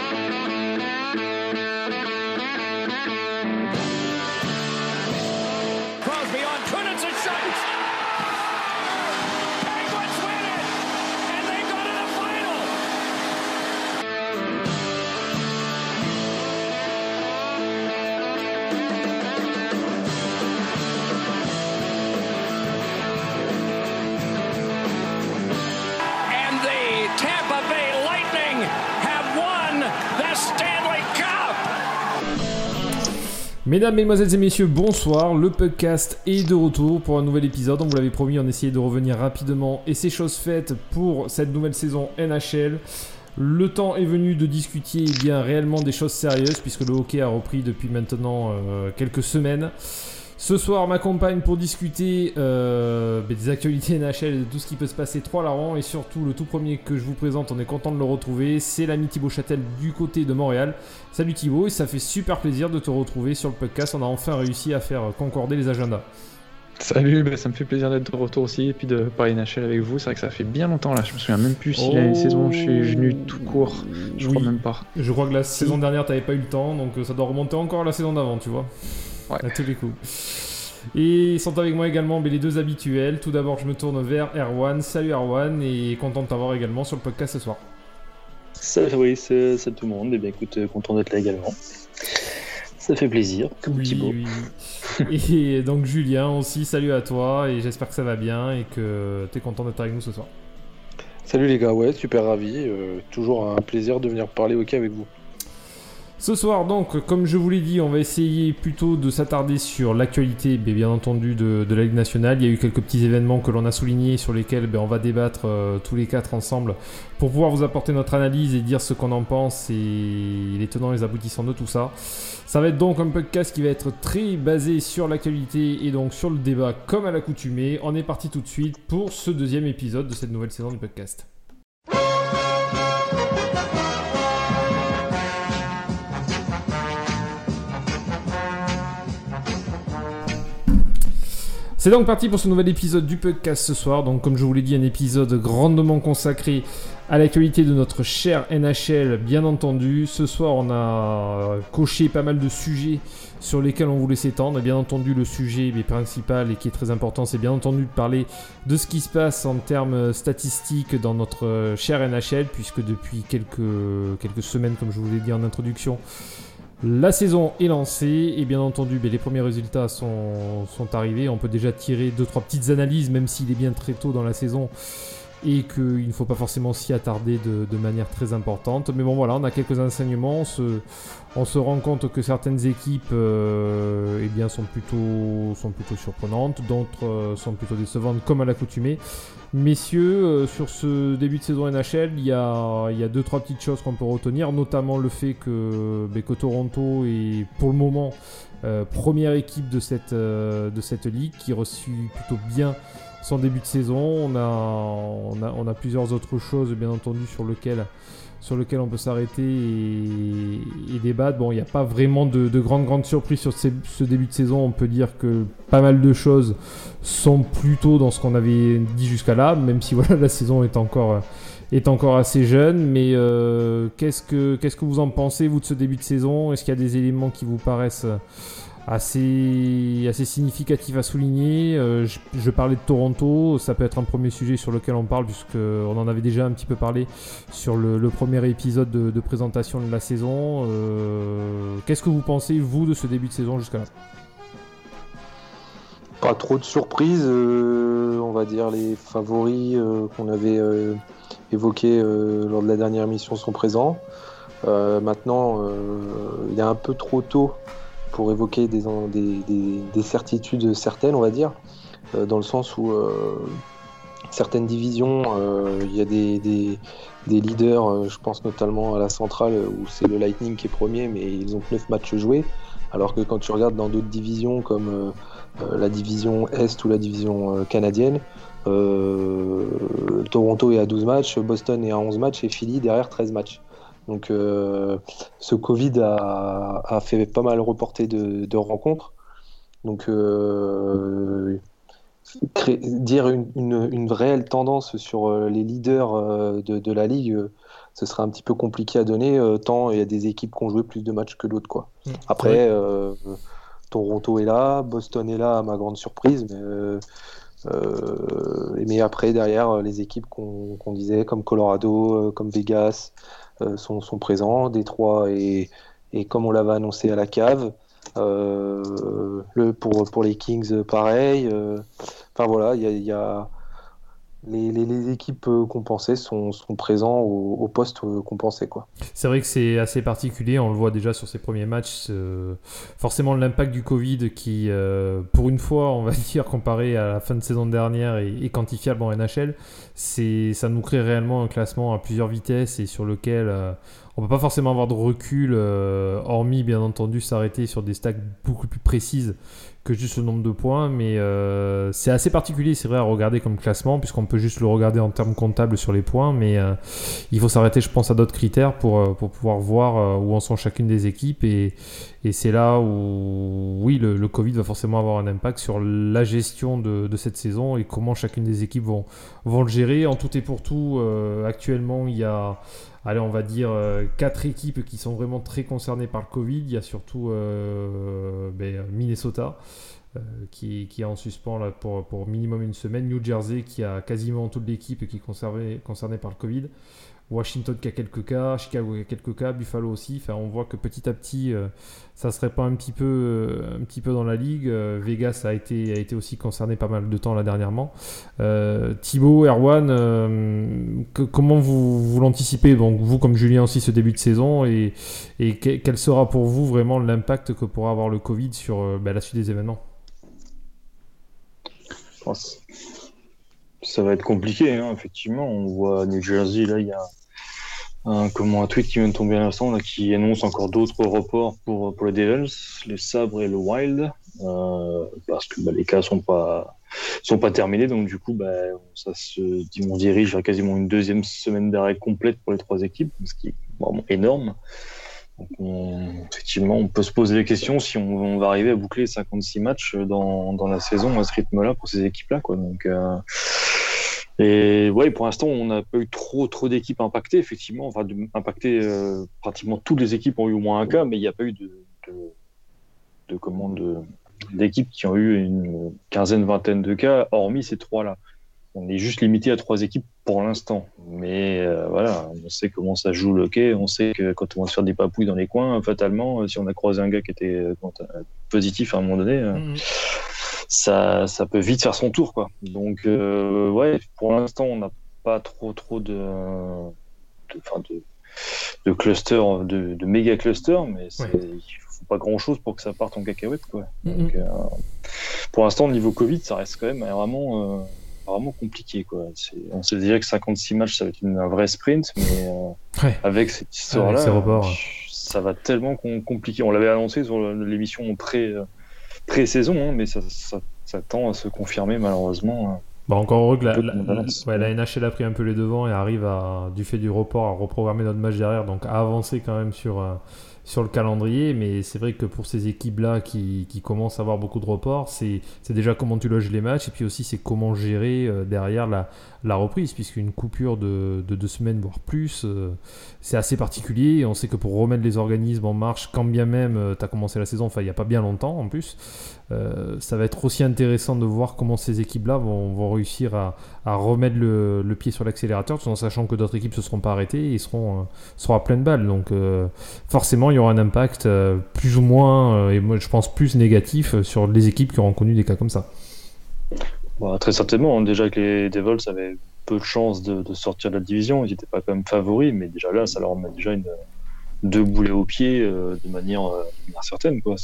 Crosby on Kunitz and shot. Penguins win it, and they go to the final. And the Tampa Bay Lightning have won the Stanley Cup. Mesdames, Mesdemoiselles et Messieurs, bonsoir. Le podcast est de retour pour un nouvel épisode. On vous l'avait promis, on essayait de revenir rapidement et c'est chose faite pour cette nouvelle saison NHL. Le temps est venu de discuter bien réellement des choses sérieuses puisque le hockey a repris depuis maintenant quelques semaines. Ce soir, m'accompagne pour discuter des actualités NHL et de tout ce qui peut se passer 3 larrons. Et surtout, le tout premier que je vous présente, on est content de le retrouver, c'est l'ami Thibaut Châtel du côté de Montréal. Salut Thibaut, et ça fait super plaisir de te retrouver sur le podcast. On a enfin réussi à faire concorder les agendas. Salut, ça me fait plaisir d'être de retour aussi et puis de parler NHL avec vous. C'est vrai que ça fait bien longtemps là, je me souviens même plus si la saison je suis venu tout court, je crois même pas. Je crois que la saison dernière t'avais pas eu le temps, donc ça doit remonter encore à la saison d'avant, tu vois. Ouais. À tous les coups. Et ils sont avec moi également les deux habituels. Tout d'abord, je me tourne vers Erwan. Salut Erwan, et content de t'avoir également sur le podcast ce soir. Oui, c'est tout le monde. Et bien écoute, content d'être là également. Ça fait plaisir, comme Thibaut. Oui. Et donc Julien aussi, salut à toi, et j'espère que ça va bien et que t'es content d'être avec nous ce soir. Salut les gars, ouais, super ravi. Toujours un plaisir de venir parler hockey avec vous. Ce soir donc, comme je vous l'ai dit, on va essayer plutôt de s'attarder sur l'actualité, bien entendu, de la Ligue nationale. Il y a eu quelques petits événements que l'on a soulignés sur lesquels on va débattre tous les 4 ensemble pour pouvoir vous apporter notre analyse et dire ce qu'on en pense et les tenants et les aboutissants de tout ça. Ça va être donc un podcast qui va être très basé sur l'actualité et donc sur le débat comme à l'accoutumée. On est parti tout de suite pour ce deuxième épisode de cette nouvelle saison du podcast. C'est donc parti pour ce nouvel épisode du podcast ce soir. Donc comme je vous l'ai dit, un épisode grandement consacré à l'actualité de notre cher NHL, bien entendu. Ce soir, on a coché pas mal de sujets sur lesquels on voulait s'étendre. Et bien entendu, le sujet principal et qui est très important, c'est bien entendu de parler de ce qui se passe en termes statistiques dans notre cher NHL, puisque depuis quelques semaines, comme je vous l'ai dit en introduction, la saison est lancée et bien entendu les premiers résultats sont arrivés. On peut déjà tirer 2-3 petites analyses, même s'il est bien très tôt dans la saison et qu'il ne faut pas forcément s'y attarder de manière très importante. Mais bon voilà, on a quelques enseignements. On se rend compte que certaines équipes sont plutôt surprenantes, d'autres sont plutôt décevantes comme à l'accoutumée. Messieurs, sur ce début de saison NHL, il y a 2-3 petites choses qu'on peut retenir, notamment le fait que Toronto est pour le moment première équipe de cette ligue qui reçut plutôt bien son début de saison. On a plusieurs autres choses bien entendu sur lesquelles on peut s'arrêter et débattre. Bon, il n'y a pas vraiment de grandes surprises sur ce début de saison. On peut dire que pas mal de choses sont plutôt dans ce qu'on avait dit jusqu'à là, même si voilà, la saison est encore assez jeune. Mais qu'est-ce que vous en pensez, vous, de ce début de saison ? Est-ce qu'il y a des éléments qui vous paraissent assez significatif à souligner? Je parlais de Toronto, ça peut être un premier sujet sur lequel on parle puisqu'on en avait déjà un petit peu parlé sur le premier épisode de présentation de la saison. Qu'est-ce que vous pensez, vous, de ce début de saison jusqu'à là? Pas trop de surprises, on va dire les favoris qu'on avait évoqués lors de la dernière émission sont présents. Maintenant, il est un peu trop tôt pour évoquer des certitudes certaines, on va dire, dans le sens où certaines divisions, il y a des leaders, je pense notamment à la centrale, où c'est le Lightning qui est premier, mais ils ont que 9 matchs joués, alors que quand tu regardes dans d'autres divisions, comme la division Est ou la division canadienne, Toronto est à 12 matchs, Boston est à 11 matchs, et Philly derrière 13 matchs. Donc ce Covid a fait pas mal reporter de rencontres. Donc dire une réelle tendance sur les leaders de la Ligue, ce serait un petit peu compliqué à donner, tant il y a des équipes qui ont joué plus de matchs que d'autres, quoi. Après, Toronto est là, Boston est là, à ma grande surprise, mais après, derrière, les équipes qu'on disait, comme Colorado, comme Vegas, sont présents. Détroit et comme on l'avait annoncé à la cave, pour les Kings, pareil. Enfin voilà, il y a les équipes qu'on pensait sont présents au poste qu'on pensait, quoi. C'est vrai que c'est assez particulier, on le voit déjà sur ces premiers matchs. Forcément, l'impact du Covid qui, pour une fois, on va dire, comparé à la fin de saison dernière, est quantifiable en NHL. Ça nous crée réellement un classement à plusieurs vitesses et sur lequel on ne peut pas forcément avoir de recul, hormis, bien entendu, s'arrêter sur des stacks beaucoup plus précises que juste le nombre de points, mais c'est assez particulier, c'est vrai, à regarder comme classement, puisqu'on peut juste le regarder en termes comptables sur les points, mais il faut s'arrêter, je pense, à d'autres critères pour pouvoir voir où en sont chacune des équipes, et c'est là où, oui, le Covid va forcément avoir un impact sur la gestion de cette saison et comment chacune des équipes vont le gérer. En tout et pour tout, actuellement, il y a... Allez, on va dire 4 équipes qui sont vraiment très concernées par le Covid. Il y a surtout Minnesota qui est en suspens là, pour minimum une semaine. New Jersey qui a quasiment toute l'équipe qui est concernée par le Covid. Washington qui a quelques cas, Chicago qui a quelques cas, Buffalo aussi. Enfin, on voit que petit à petit, ça se répand un petit peu dans la ligue. Vegas a été aussi concerné pas mal de temps là dernièrement. Thibaut, Erwan, comment vous l'anticipez? Donc vous, comme Julien aussi, ce début de saison, et quel sera pour vous vraiment l'impact que pourra avoir le Covid sur la suite des événements? Ça va être compliqué, hein, effectivement. On voit New Jersey, là, il y a un tweet qui vient de tomber à l'instant là, qui annonce encore d'autres reports pour les Devils, les Sabres et le Wild, parce que les cas sont pas terminés, donc du coup on dirige vers quasiment une deuxième semaine d'arrêt complète pour les 3 équipes, ce qui est vraiment énorme. Donc effectivement, on peut se poser des questions si on va arriver à boucler 56 matchs dans la saison à ce rythme-là pour ces équipes-là, quoi. Donc et ouais, pour l'instant, on n'a pas eu trop d'équipes impactées, effectivement. Enfin, pratiquement toutes les équipes ont eu au moins un cas, mais il n'y a pas eu d'équipes qui ont eu une quinzaine, vingtaine de cas, hormis ces 3-là. On est juste limité à 3 équipes pour l'instant. Mais voilà, on sait comment ça joue le hockey. On sait que quand on va se faire des papouilles dans les coins, fatalement, si on a croisé un gars qui était positif à un moment donné, ça peut vite faire son tour, quoi. Donc ouais, pour l'instant, on n'a pas trop de cluster, de méga cluster, mais il faut pas grand chose pour que ça parte en cacahuète, quoi. Donc pour l'instant, au niveau Covid, ça reste quand même vraiment compliqué, quoi. On sait déjà que 56 matchs, ça va être un vrai sprint, mais avec cette histoire-là, ça va tellement compliqué. On l'avait annoncé sur l'émission pré-saison, hein, mais ça tend à se confirmer malheureusement. Encore heureux que la NHL a pris un peu les devants et arrive du fait du report à reprogrammer notre match derrière, donc à avancer quand même sur le calendrier. Mais c'est vrai que pour ces équipes-là qui commencent à avoir beaucoup de reports, c'est déjà comment tu loges les matchs, et puis aussi c'est comment gérer derrière la reprise, puisqu'une coupure de 2 semaines voire plus, c'est assez particulier. Et on sait que pour remettre les organismes en marche, quand bien même tu as commencé la saison, il n'y a pas bien longtemps en plus, ça va être aussi intéressant de voir comment ces équipes-là vont réussir à remettre le pied sur l'accélérateur, tout en sachant que d'autres équipes ne se seront pas arrêtées et seront à pleine balle. Donc forcément, il y aura un impact plus ou moins, et moi je pense plus négatif, sur les équipes qui auront connu des cas comme ça. Très certainement. Déjà que les Devils avaient peu de chances de sortir de la division, ils n'étaient pas quand même favoris, mais déjà là, ça leur met déjà 2 boulets au pied de manière certaine, quoi.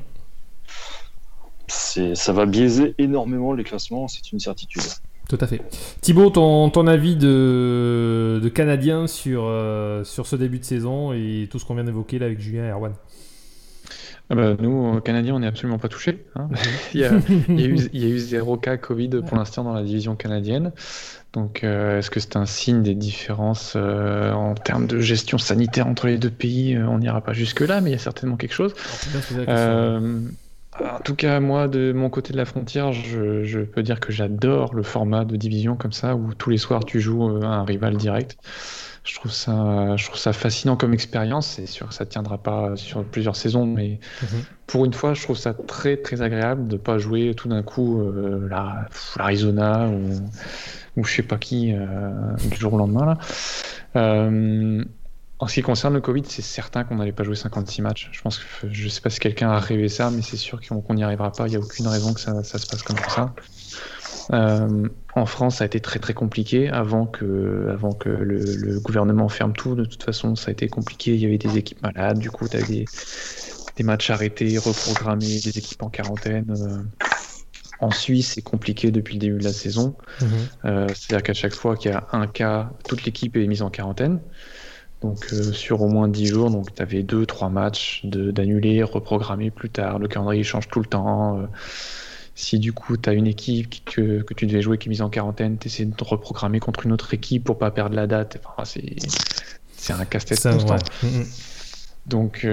Ça va biaiser énormément les classements, c'est une certitude. Tout à fait. Thibaut, ton avis de Canadien sur ce début de saison et tout ce qu'on vient d'évoquer là avec Julien et Erwan? Nous, Canadiens, on n'est absolument pas touchés, hein. il y a eu 0 cas Covid pour l'instant dans la division canadienne. Donc, est-ce que c'est un signe des différences en termes de gestion sanitaire entre les 2 pays? On n'ira pas jusque-là, mais il y a certainement quelque chose. En tout cas, moi, de mon côté de la frontière, je peux dire que j'adore le format de division comme ça, où tous les soirs tu joues à un rival direct. Je trouve ça fascinant comme expérience. C'est sûr que ça tiendra pas sur plusieurs saisons, mais pour une fois, je trouve ça très très agréable de pas jouer tout d'un coup l'Arizona ou je sais pas qui du jour au lendemain là. En ce qui concerne le Covid, c'est certain qu'on n'allait pas jouer 56 matchs. Je pense que je sais pas si quelqu'un a rêvé ça, mais c'est sûr qu'on n'y arrivera pas. Il n'y a aucune raison que ça se passe comme ça. En France, ça a été très très compliqué avant que le gouvernement ferme tout. De toute façon, ça a été compliqué. Il y avait des équipes malades. Du coup, tu avais des matchs arrêtés, reprogrammés, des équipes en quarantaine. En Suisse, c'est compliqué depuis le début de la saison. C'est-à-dire qu'à chaque fois qu'il y a un cas, toute l'équipe est mise en quarantaine. Donc sur au moins 10 jours, donc tu avais 2-3 matchs d'annulés, reprogrammés plus tard. Le calendrier change tout le temps. Si du coup tu as une équipe que tu devais jouer qui est mise en quarantaine, tu essaies de te reprogrammer contre une autre équipe pour pas perdre la date. Enfin, c'est un casse-tête constant. Donc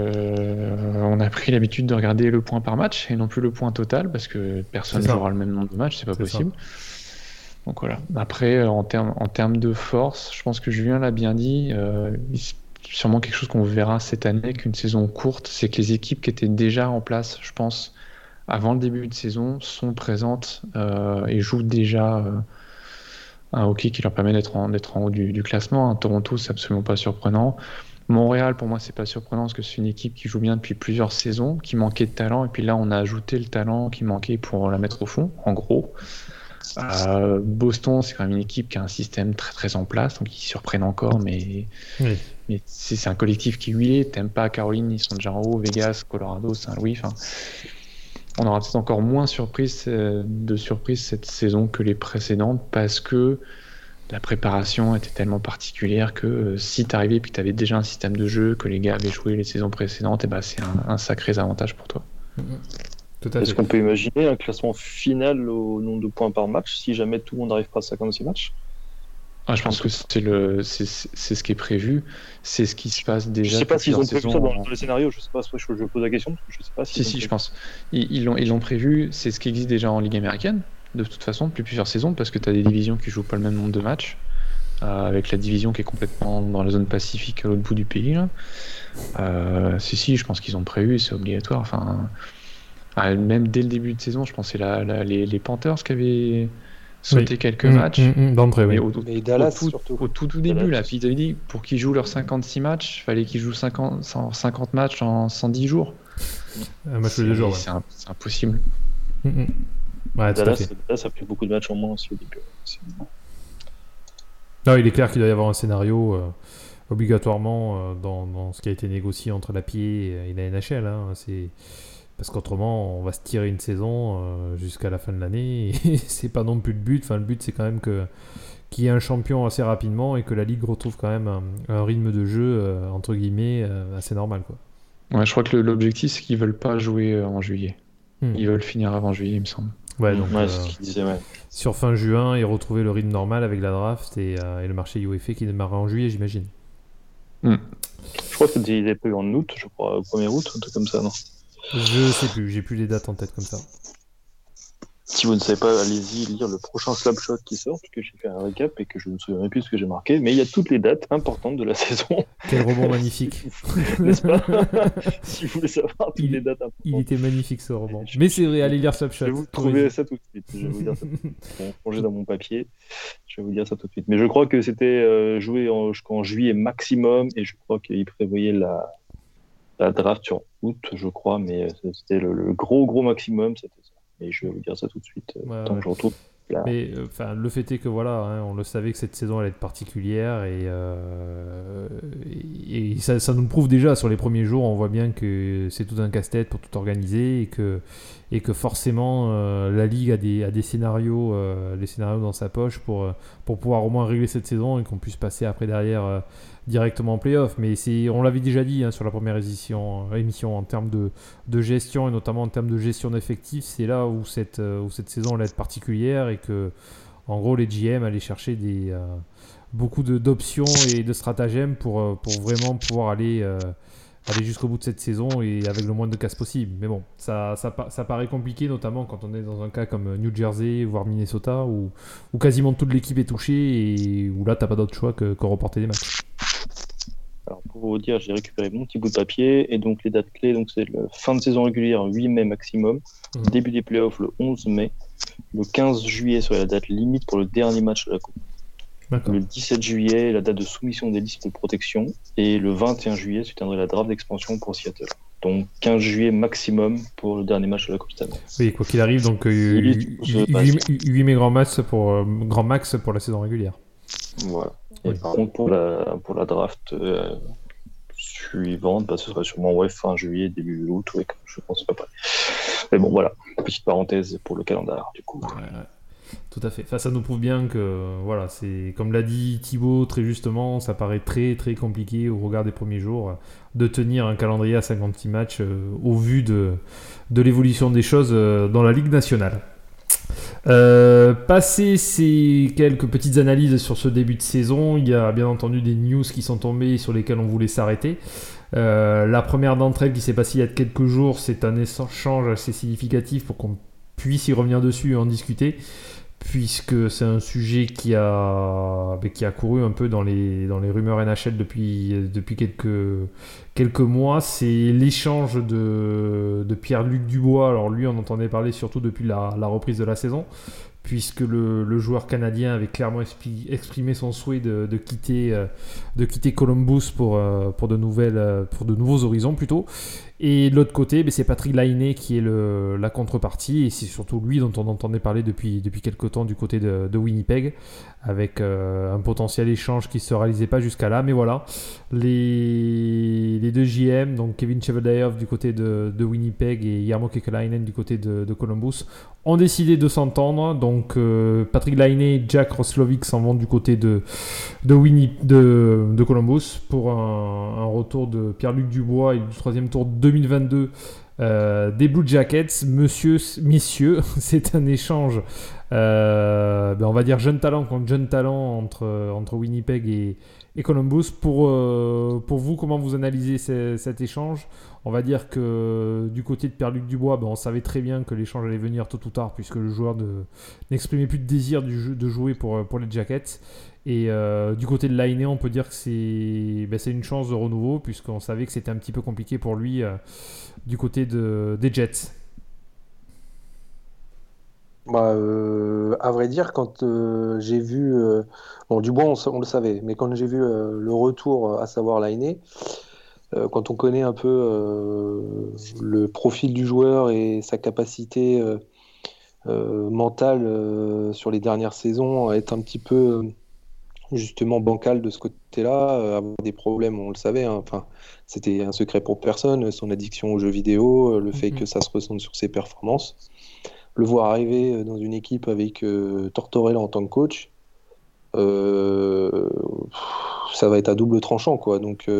on a pris l'habitude de regarder le point par match et non plus le point total parce que personne ne jouera le même nombre de matchs, c'est pas possible. Donc voilà. Après, en termes de force, je pense que Julien l'a bien dit, sûrement quelque chose qu'on verra cette année avec une saison courte, c'est que les équipes qui étaient déjà en place, je pense, avant le début de saison, sont présentes et jouent déjà un hockey qui leur permet d'être en haut du classement. Toronto, c'est absolument pas surprenant. Montréal, pour moi, c'est pas surprenant parce que c'est une équipe qui joue bien depuis plusieurs saisons, qui manquait de talent, et puis là, on a ajouté le talent qui manquait pour la mettre au fond, en gros. Boston, c'est quand même une équipe qui a un système très très en place, donc ils surprennent encore, mais c'est un collectif qui est huilé. T'aimes pas Caroline, ils sont déjà en haut. Vegas, Colorado, Saint-Louis. On aura peut-être encore moins de surprises cette saison que les précédentes parce que la préparation était tellement particulière que si t'arrivais et que t'avais déjà un système de jeu que les gars avaient joué les saisons précédentes, et c'est un sacré avantage pour toi. Est-ce qu'on peut imaginer un classement final au nombre de points par match si jamais tout le monde n'arrive pas à 56 matchs? Je pense que c'est ce qui est prévu, c'est ce qui se passe déjà. Je sais pas s'ils ont prévu ça dans les scénarios, je sais pas, je pose la question, je sais pas si je pense. Ils l'ont prévu, c'est ce qui existe déjà en Ligue américaine, de toute façon, depuis plusieurs saisons, parce que tu as des divisions qui jouent pas le même nombre de matchs, avec la division qui est complètement dans la zone Pacifique à l'autre bout du pays. Là. Je pense qu'ils ont prévu, c'est obligatoire. Même dès le début de saison, je pense que c'est les Panthers qui avaient sauté quelques matchs. D'entrée, oui. Et Dallas, surtout. Au tout début, là. Puis ils avaient dit, pour qu'ils jouent leurs 56 matchs, il fallait qu'ils jouent 50 matchs en 110 jours. Un match de jours, c'est impossible. Ouais, Dallas, ça fait beaucoup de matchs en moins aussi au début. Non, il est clair qu'il doit y avoir un scénario obligatoirement dans ce qui a été négocié entre la PA et la NHL. Parce qu'autrement, on va se tirer une saison jusqu'à la fin de l'année et c'est pas non plus le but. Le but, c'est quand même qu'il y ait un champion assez rapidement et que la Ligue retrouve quand même un rythme de jeu, entre guillemets, assez normal, quoi. Ouais, je crois que l'objectif, c'est qu'ils veulent pas jouer en juillet. Ils veulent finir avant juillet, il me semble. Ouais, donc c'est ce qu'il disait, ouais. Sur fin juin et retrouver le rythme normal avec la draft et le marché UEFA qui démarre en juillet, j'imagine. Je crois que c'était il est prévu en août, je crois, 1er août, un truc comme ça, non? Je sais plus, j'ai plus les dates en tête comme ça. Si vous ne savez pas, allez-y lire le prochain Slapshot qui sort, puisque j'ai fait un récap et que je ne me souviens plus ce que j'ai marqué, mais il y a toutes les dates importantes de la saison. Quel roman magnifique. N'est-ce pas? Si vous voulez savoir toutes les dates importantes. Il était magnifique ce roman. Mais c'est vrai, allez lire Slapshot. Je vais vous trouver ça tout de suite. Je vais vous dire ça tout de suite. Plongez dans mon papier. Je vais vous dire ça tout de suite. Mais je crois que c'était joué jusqu'en juillet maximum, et je crois qu'il prévoyait la draft sur août, je crois, mais c'était le gros maximum, c'était ça. Et je vais vous dire ça tout de suite, tant que je retrouve. Là. Mais le fait est que voilà, on le savait que cette saison allait être particulière et ça nous prouve déjà sur les premiers jours, on voit bien que c'est tout un casse-tête pour tout organiser et que forcément la Ligue a des scénarios, les scénarios dans sa poche pour pouvoir au moins régler cette saison et qu'on puisse passer après derrière directement en play-off. Mais on l'avait déjà dit sur la première émission en termes de gestion et notamment en termes de gestion d'effectifs, c'est là où cette saison allait être particulière et que en gros les GM allaient chercher beaucoup d'options et de stratagèmes pour vraiment pouvoir aller aller jusqu'au bout de cette saison et avec le moins de casse possible. Mais bon, ça paraît compliqué, notamment quand on est dans un cas comme New Jersey, voire Minnesota, où quasiment toute l'équipe est touchée et où là, t'as pas d'autre choix que reporter des matchs. Alors pour vous dire, j'ai récupéré mon petit bout de papier et donc les dates clés, donc c'est la fin de saison régulière 8 mai maximum, début des playoffs le 11 mai, le 15 juillet serait la date limite pour le dernier match de la Coupe. D'accord. Le 17 juillet, la date de soumission des listes de protection et le 21 juillet se tiendrait la draft d'expansion pour Seattle. Donc 15 juillet maximum pour le dernier match de la Coupe Stanley. Oui, quoi qu'il arrive, donc 8 mai grand max pour la saison régulière. Voilà. Et Oui. par contre, pour la draft suivante, ce sera sûrement fin juillet, début août, je pense pas près. Mais bon, voilà, petite parenthèse pour le calendrier, du coup. Ouais. Tout à fait. Enfin, ça nous prouve bien que, voilà, c'est comme l'a dit Thibaut très justement, ça paraît très très compliqué au regard des premiers jours de tenir un calendrier à 56 matchs au vu de l'évolution des choses dans la Ligue nationale. Passé ces quelques petites analyses sur ce début de saison, il y a bien entendu des news qui sont tombées sur lesquelles on voulait s'arrêter. La première d'entre elles qui s'est passée il y a quelques jours, c'est un échange assez significatif pour qu'on puisse y revenir dessus et en discuter, puisque c'est un sujet qui a couru un peu dans les rumeurs NHL depuis quelques mois. C'est l'échange de Pierre-Luc Dubois. Alors lui, on entendait parler surtout depuis la reprise de la saison, puisque le joueur canadien avait clairement exprimé son souhait de quitter Columbus pour de nouveaux horizons plutôt. Et de l'autre côté, c'est Patrik Laine qui est la contrepartie, et c'est surtout lui dont on entendait parler depuis quelques temps du côté de Winnipeg, avec un potentiel échange qui ne se réalisait pas jusqu'à là. Mais voilà, les deux JM, donc Kevin Cheveldayoff du côté de Winnipeg et Jarmo Kekalainen du côté de Columbus, ont décidé de s'entendre. Donc Patrik Laine et Jack Roslovic s'en vont du côté de Columbus pour un retour de Pierre-Luc Dubois et du troisième tour 2022 des Blue Jackets. Messieurs, c'est un échange on va dire jeune talent contre jeune talent entre Winnipeg et Columbus. Pour vous, comment vous analysez cet échange? On va dire que du côté de Pierre-Luc Dubois, on savait très bien que l'échange allait venir tôt ou tard, puisque le joueur n'exprimait plus de désir de jouer pour les Jackets. Et du côté de Laine, on peut dire que c'est une chance de renouveau, puisqu'on savait que c'était un petit peu compliqué pour lui du côté des Jets. À vrai dire, quand j'ai vu Dubois, on le savait, mais quand j'ai vu le retour, à savoir Laine, quand on connaît un peu le profil du joueur et sa capacité mentale sur les dernières saisons à être un petit peu justement bancal de ce côté-là, avoir des problèmes, on le savait, hein. Enfin, c'était un secret pour personne, son addiction aux jeux vidéo, le fait que ça se ressente sur ses performances. Le voir arriver dans une équipe avec Tortorella en tant que coach, ça va être à double tranchant, quoi. Donc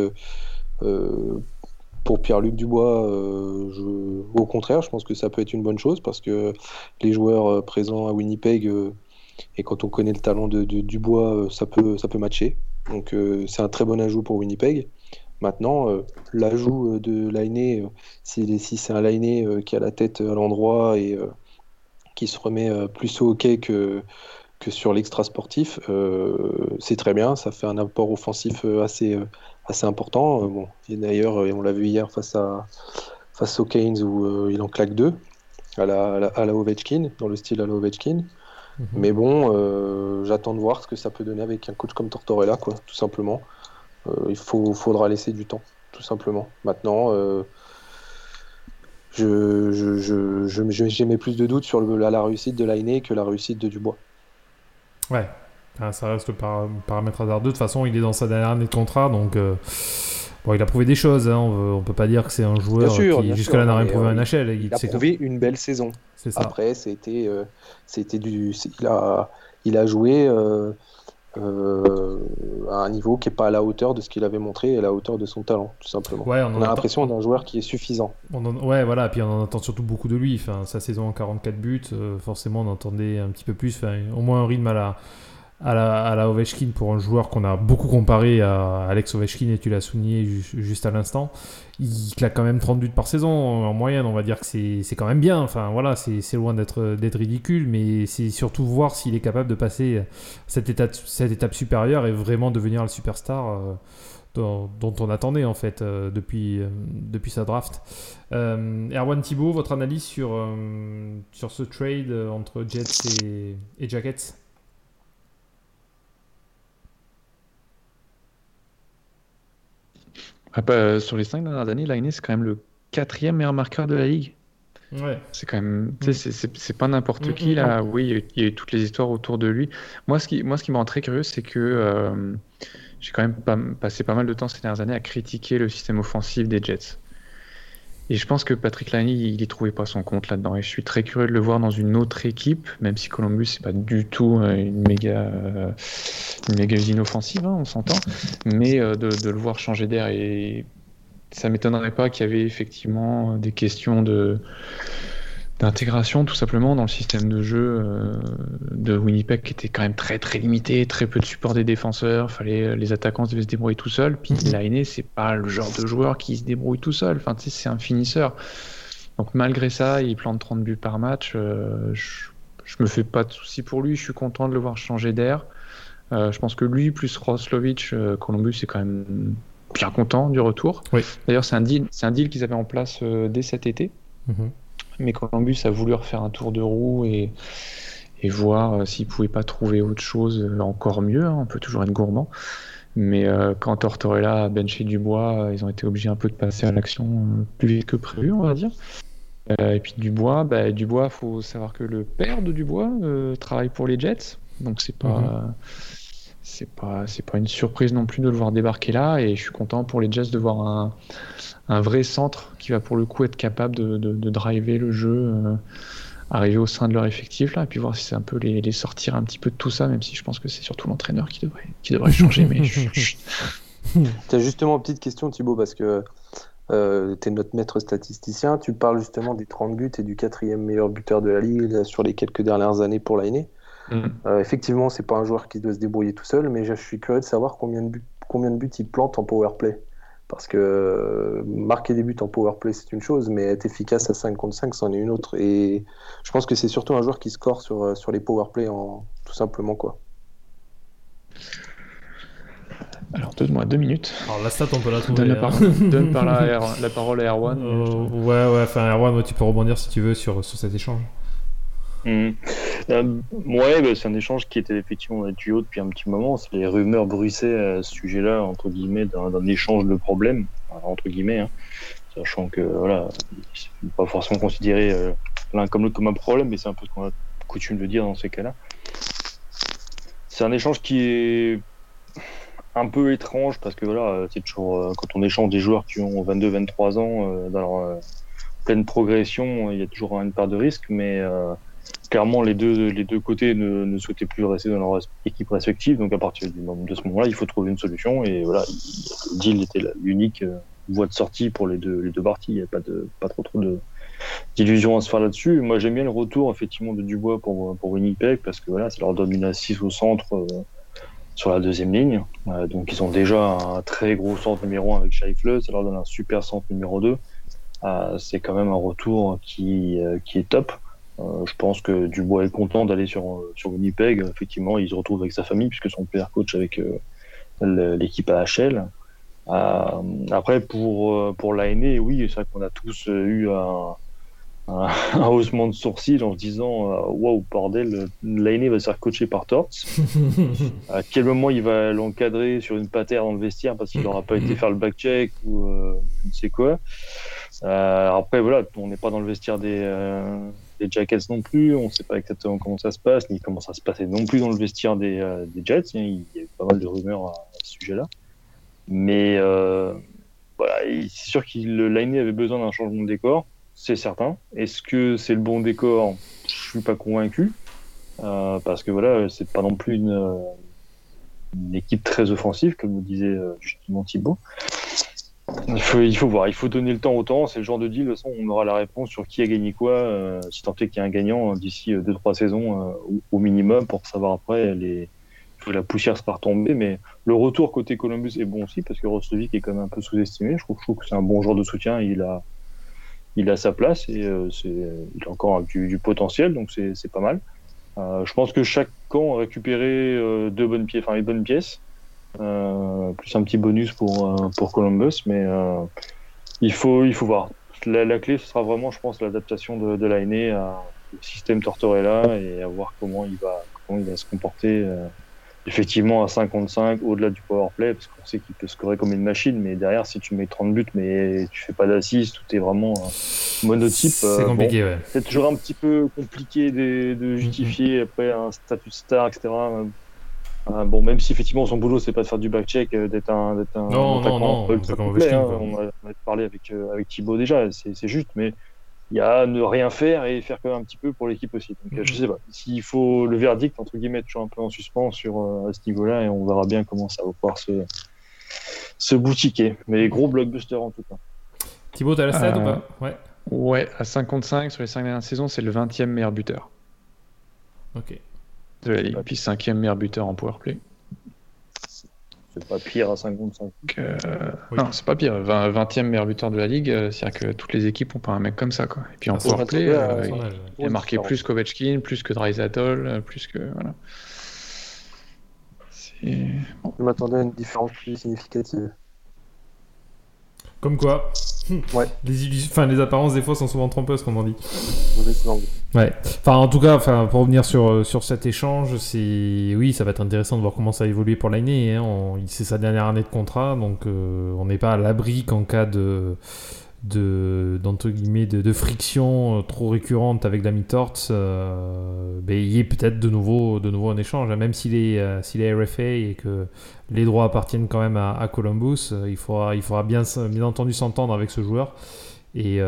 pour Pierre-Luc Dubois, au contraire, je pense que ça peut être une bonne chose, parce que les joueurs présents à Winnipeg, et quand on connaît le talent de Dubois, ça peut matcher. Donc c'est un très bon ajout pour Winnipeg. Maintenant, l'ajout de Laine, si c'est un Laine qui a la tête à l'endroit et qui se remet plus au hockey que sur l'extra sportif, c'est très bien. Ça fait un apport offensif assez important. Et d'ailleurs, on l'a vu hier face aux Canes, où il en claque 2 à la Ovechkin, dans le style à la Ovechkin. Mais bon, j'attends de voir ce que ça peut donner avec un coach comme Tortorella, quoi, tout simplement. Il faudra laisser du temps, tout simplement. Maintenant, j'ai mis plus de doutes sur la réussite de Laine que la réussite de Dubois. Ouais, ça reste le paramètre hasardeux. De toute façon, il est dans sa dernière année de contrat, donc il a prouvé des choses. Hein. On peut pas dire que c'est un joueur qui jusque-là n'a rien prouvé en NHL. Il a prouvé une belle saison. C'est ça. Après, il a joué à un niveau qui n'est pas à la hauteur de ce qu'il avait montré et à la hauteur de son talent, tout simplement. Ouais, on a l'impression d'un joueur qui est suffisant. Voilà, puis on en attend surtout beaucoup de lui. Enfin, sa saison en 44 buts, forcément on entendait un petit peu plus, au moins un rythme à à la Ovechkin pour un joueur qu'on a beaucoup comparé à Alex Ovechkin, et tu l'as souligné juste à l'instant. Il claque quand même 30 buts par saison en moyenne, on va dire que c'est quand même bien. Enfin voilà, c'est loin d'être ridicule, mais c'est surtout voir s'il est capable de passer cette étape supérieure et vraiment devenir le superstar dont on attendait en fait depuis sa draft. Erwan Thibault, votre analyse sur ce trade entre Jets et Jackets? Sur les 5 dernières années, Laine, c'est quand même le 4e meilleur marqueur de la ligue. Ouais. C'est quand même, c'est pas n'importe qui là. Oui, il y a eu toutes les histoires autour de lui. Moi, ce qui me rend très curieux, c'est que j'ai quand même passé pas mal de temps ces dernières années à critiquer le système offensif des Jets. Et je pense que Patrick Laine, il y trouvait pas son compte là-dedans. Et je suis très curieux de le voir dans une autre équipe, même si Columbus, c'est pas du tout une méga usine offensive, hein, on s'entend. Mais de le voir changer d'air, et ça m'étonnerait pas qu'il y avait effectivement des questions d'intégration tout simplement dans le système de jeu de Winnipeg, qui était quand même très très limité, très peu de support des défenseurs, les attaquants devaient se débrouiller tout seuls. Puis Laine, c'est pas le genre de joueur qui se débrouille tout seul, enfin, c'est un finisseur. Donc malgré ça, il plante 30 buts par match. Je me fais pas de soucis pour lui, je suis content de le voir changer d'air. Je pense que lui plus Roslovic, Columbus est quand même bien content du retour. Oui. D'ailleurs, c'est un deal qu'ils avaient en place dès cet été. Mais Columbus a voulu refaire un tour de roue et voir s'il ne pouvait pas trouver autre chose encore mieux. Hein. On peut toujours être gourmand. Mais quand Tortorella a benché Dubois, ils ont été obligés un peu de passer à l'action plus vite que prévu, on va dire. Et puis Dubois, il faut savoir que le père de Dubois travaille pour les Jets. Donc c'est pas une surprise non plus de le voir débarquer là. Et je suis content pour les Jets de voir un vrai centre qui va pour le coup être capable de driver le jeu, arriver au sein de leur effectif là, et puis voir si c'est un peu les sortir un petit peu de tout ça, même si je pense que c'est surtout l'entraîneur qui devrait changer. Mais T'as justement une petite question, Thibaut, parce que t'es notre maître statisticien. Tu parles justement des 30 buts et du 4e meilleur buteur de la ligue là, sur les quelques dernières années pour Laine. Effectivement, c'est pas un joueur qui doit se débrouiller tout seul, mais je suis curieux de savoir combien de buts il plante en powerplay. Parce que marquer des buts en powerplay, c'est une chose, mais être efficace à 5 contre 5, c'en est une autre. Et je pense que c'est surtout un joueur qui score sur les powerplay, tout simplement, quoi. Alors, donne-moi 2 minutes. Alors, la stat, on peut la trouver. Donne par la parole à Erwan. Ouais, enfin, Erwan, tu peux rebondir si tu veux sur cet échange. Ouais, c'est un échange qui était effectivement dans les tuyaux depuis un petit moment. Les rumeurs bruissaient à ce sujet-là, entre guillemets, d'un échange de problèmes, entre guillemets, hein, sachant que voilà, c'est pas forcément considéré l'un comme l'autre comme un problème, mais c'est un peu ce qu'on a coutume de dire dans ces cas-là. C'est un échange qui est un peu étrange parce que voilà, c'est toujours quand on échange des joueurs qui ont 22-23 ans dans leur pleine progression, il y a toujours une part de risque, mais clairement, les deux côtés ne souhaitaient plus rester dans leur équipe respective. Donc, à partir de ce moment-là, il faut trouver une solution. Et voilà, le deal était l'unique voie de sortie pour les deux parties. Il n'y avait pas trop d'illusions à se faire là-dessus. Moi, j'aime bien le retour, effectivement, de Dubois pour Winnipeg parce que voilà, ça leur donne une assise au centre sur la deuxième ligne. Donc, ils ont déjà un très gros centre numéro 1 avec Scheifele. Ça leur donne un super centre numéro 2. C'est quand même un retour qui est top. Je pense que Dubois est content d'aller sur Winnipeg. Effectivement, il se retrouve avec sa famille puisque son père coach avec l'équipe AHL. Après, pour Laine, oui, c'est vrai qu'on a tous eu un haussement de sourcil en se disant waouh, bordel, Laine va se faire coacher par Torts. À quel moment il va l'encadrer sur une patère dans le vestiaire parce qu'il n'aura pas été faire le back-check ou je ne sais quoi. Après, voilà, on n'est pas dans le vestiaire des Jackets non plus, on ne sait pas exactement comment ça se passe, ni comment ça se passait non plus dans le vestiaire des Jets. Il y a eu pas mal de rumeurs à ce sujet-là. Mais voilà, c'est sûr que Laine avait besoin d'un changement de décor, c'est certain. Est-ce que c'est le bon décor ? Je ne suis pas convaincu, parce que voilà, c'est pas non plus une équipe très offensive, comme vous disait justement Thibaut. Il faut voir, il faut donner le temps au temps. C'est le genre de deal, de toute façon, on aura la réponse sur qui a gagné quoi, si tant est qu'il y a un gagnant d'ici 2-3 saisons au minimum, pour savoir après les la poussière sera retombée, mais le retour côté Columbus est bon aussi, parce que Roslovic est quand même un peu sous-estimé. Je trouve que c'est un bon joueur de soutien, il a sa place, et il a encore du potentiel, donc c'est pas mal. Je pense que chaque camp a récupéré une bonne pièce, plus un petit bonus pour Columbus, mais il faut voir. La clé, ce sera vraiment, je pense, l'adaptation de Laine au système Tortorella, et à voir comment il va se comporter effectivement à 5 contre 5 au-delà du powerplay, parce qu'on sait qu'il peut scorer comme une machine, mais derrière, si tu mets 30 buts mais tu fais pas d'assist, tout est vraiment monotype, c'est compliqué, ouais. C'est toujours un petit peu compliqué de justifier après un statut de star, etc. Bon, même si effectivement son boulot c'est pas de faire du back-check, d'être un Non, ultra complet, hein, on a parlé avec Thibaut déjà, c'est juste, mais il y a ne rien faire et faire quand même un petit peu pour l'équipe aussi. Donc je sais pas, s'il faut le verdict entre guillemets toujours un peu en suspens à ce niveau-là, et on verra bien comment ça va pouvoir se boutiquer. Mais gros blockbuster en tout cas. Thibaut, t'as la stat ou pas? Ouais, à 55 sur les 5 dernières saisons, c'est le 20e meilleur buteur. Ok. De la ligue, puis 5e meilleur buteur en powerplay. C'est pas pire à 5 contre 5. Oui. Non, c'est pas pire. 20e meilleur buteur de la ligue, c'est-à-dire que toutes les équipes ont pas un mec comme ça, quoi. Et puis en powerplay, il a marqué plus qu'Ovechkin, plus que Draisaitl, plus que voilà. Bon. Je m'attendais à une différence plus significative. Comme quoi, ouais. Les apparences des fois sont souvent trompeuses, comme on dit. Ouais. Enfin, en tout cas, pour revenir sur cet échange, oui, ça va être intéressant de voir comment ça a évolué pour Laine. Hein. C'est sa dernière année de contrat, donc on n'est pas à l'abri qu'en cas d'entre guillemets de friction trop récurrente avec Dami Torts, il y ait peut-être de nouveau un échange, même s'il est RFA et que les droits appartiennent quand même à Columbus. Il faudra bien entendu s'entendre avec ce joueur, et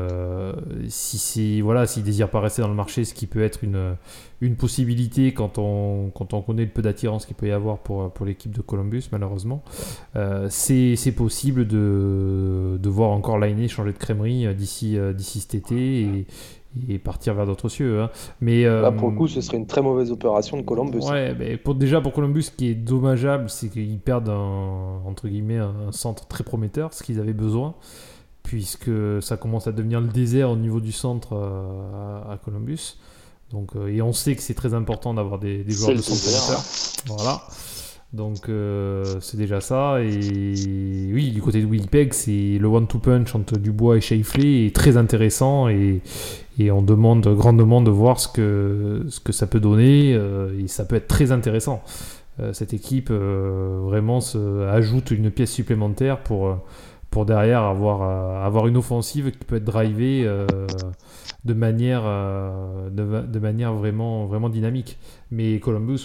s'il désire pas rester dans le marché, ce qui peut être une possibilité quand on connaît le peu d'attirance qu'il peut y avoir pour l'équipe de Columbus, malheureusement, c'est possible de voir encore Laine changer de crèmerie d'ici cet été et partir vers d'autres cieux, hein. Mais là, pour le coup, ce serait une très mauvaise opération de Columbus. Ouais, mais pour Columbus, ce qui est dommageable, c'est qu'ils perdent entre guillemets un centre très prometteur, ce qu'ils avaient besoin, puisque ça commence à devenir le désert au niveau du centre à Columbus. Donc, et on sait que c'est très important d'avoir des joueurs de centre prometteurs. Voilà. Donc c'est déjà ça. Et oui, du côté de Winnipeg, c'est le one-two punch entre Dubois et Scheifele est très intéressant, et on demande grandement de voir ce que ça peut donner, et ça peut être très intéressant. Cette équipe vraiment ajoute une pièce supplémentaire pour derrière avoir une offensive qui peut être drivée de manière vraiment, vraiment dynamique. Mais Columbus,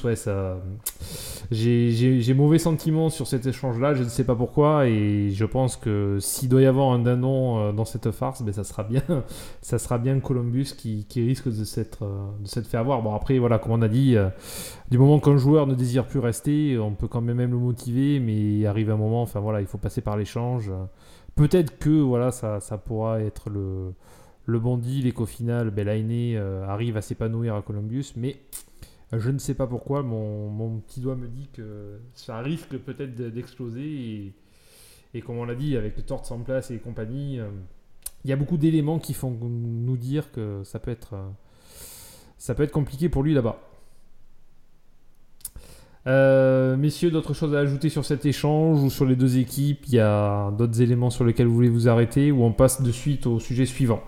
j'ai mauvais sentiment sur cet échange-là, je ne sais pas pourquoi, et je pense que s'il doit y avoir un dindon dans cette farce, ça sera bien Columbus qui risque de s'être fait avoir. Bon, après, voilà, comme on a dit, du moment qu'un joueur ne désire plus rester, on peut quand même le motiver, mais il arrive un moment, il faut passer par l'échange. Peut-être que ça pourra être le bon deal, et qu'au final, Laine arrive à s'épanouir à Columbus, mais je ne sais pas pourquoi, mon petit doigt me dit que ça risque peut-être d'exploser, et comme on l'a dit, avec le Torts en place et compagnie, il y a beaucoup d'éléments qui font nous dire que ça peut être compliqué pour lui là-bas. Messieurs, d'autres choses à ajouter sur cet échange ou sur les deux équipes? Il y a d'autres éléments sur lesquels vous voulez vous arrêter, ou on passe de suite au sujet suivant?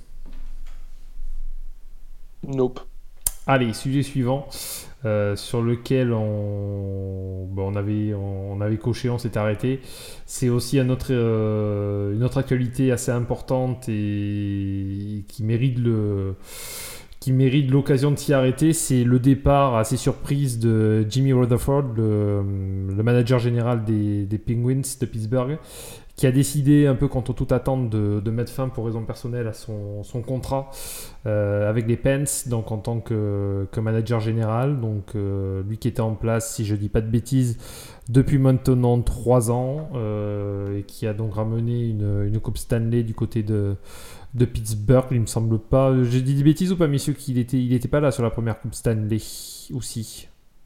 Nope. Allez, sujet suivant, sur lequel on avait coché, on s'est arrêté. C'est aussi une autre actualité assez importante et qui mérite l'occasion de s'y arrêter. C'est le départ assez surprise de Jimmy Rutherford, le manager général des Penguins de Pittsburgh, qui a décidé, un peu contre toute attente, de mettre fin pour raison personnelle à son contrat avec les Pens, donc en tant que manager général. Donc lui qui était en place, si je dis pas de bêtises, depuis maintenant 3 ans, et qui a donc ramené une Coupe Stanley du côté de Pittsburgh. Il me semble pas, j'ai dit des bêtises ou pas, messieurs, qu'il était pas là sur la première Coupe Stanley aussi?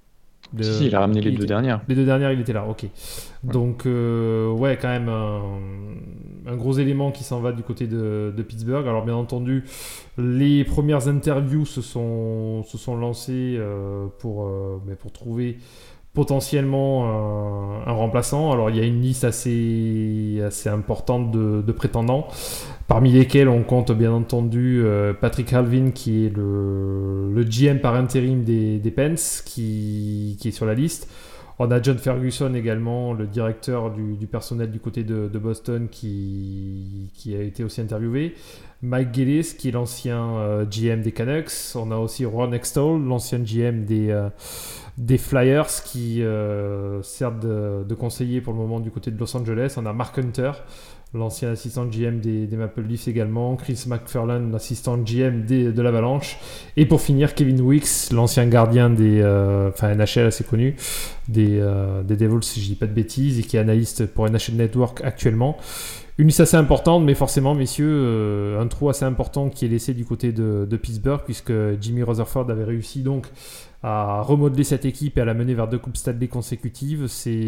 Si, il a ramené les deux dernières. Les deux dernières, il était là, ok. Donc, ouais, quand même un gros élément qui s'en va du côté de Pittsburgh. Alors, bien entendu, les premières interviews se sont lancées pour trouver potentiellement un remplaçant. Alors, il y a une liste assez importante de prétendants, parmi lesquels on compte bien entendu Patrick Alvin, qui est le GM par intérim des Pens, qui est sur la liste. On a John Ferguson également, le directeur du personnel du côté de Boston, qui a été aussi interviewé. Mike Gillis, qui est l'ancien GM des Canucks. On a aussi Ron Hextall, l'ancien GM des Flyers, qui sert de conseiller pour le moment du côté de Los Angeles. On a Mark Hunter, l'ancien assistant GM des Maple Leafs également, Chris McFarland, l'assistant GM de l'Avalanche, et pour finir Kevin Weeks, l'ancien gardien NHL assez connu, des Devils si je dis pas de bêtises, et qui est analyste pour NHL Network actuellement. Une liste assez importante, mais forcément, messieurs, un trou assez important qui est laissé du côté de Pittsburgh, puisque Jimmy Rutherford avait réussi donc à remodeler cette équipe et à la mener vers 2 Coupes Stanley consécutives.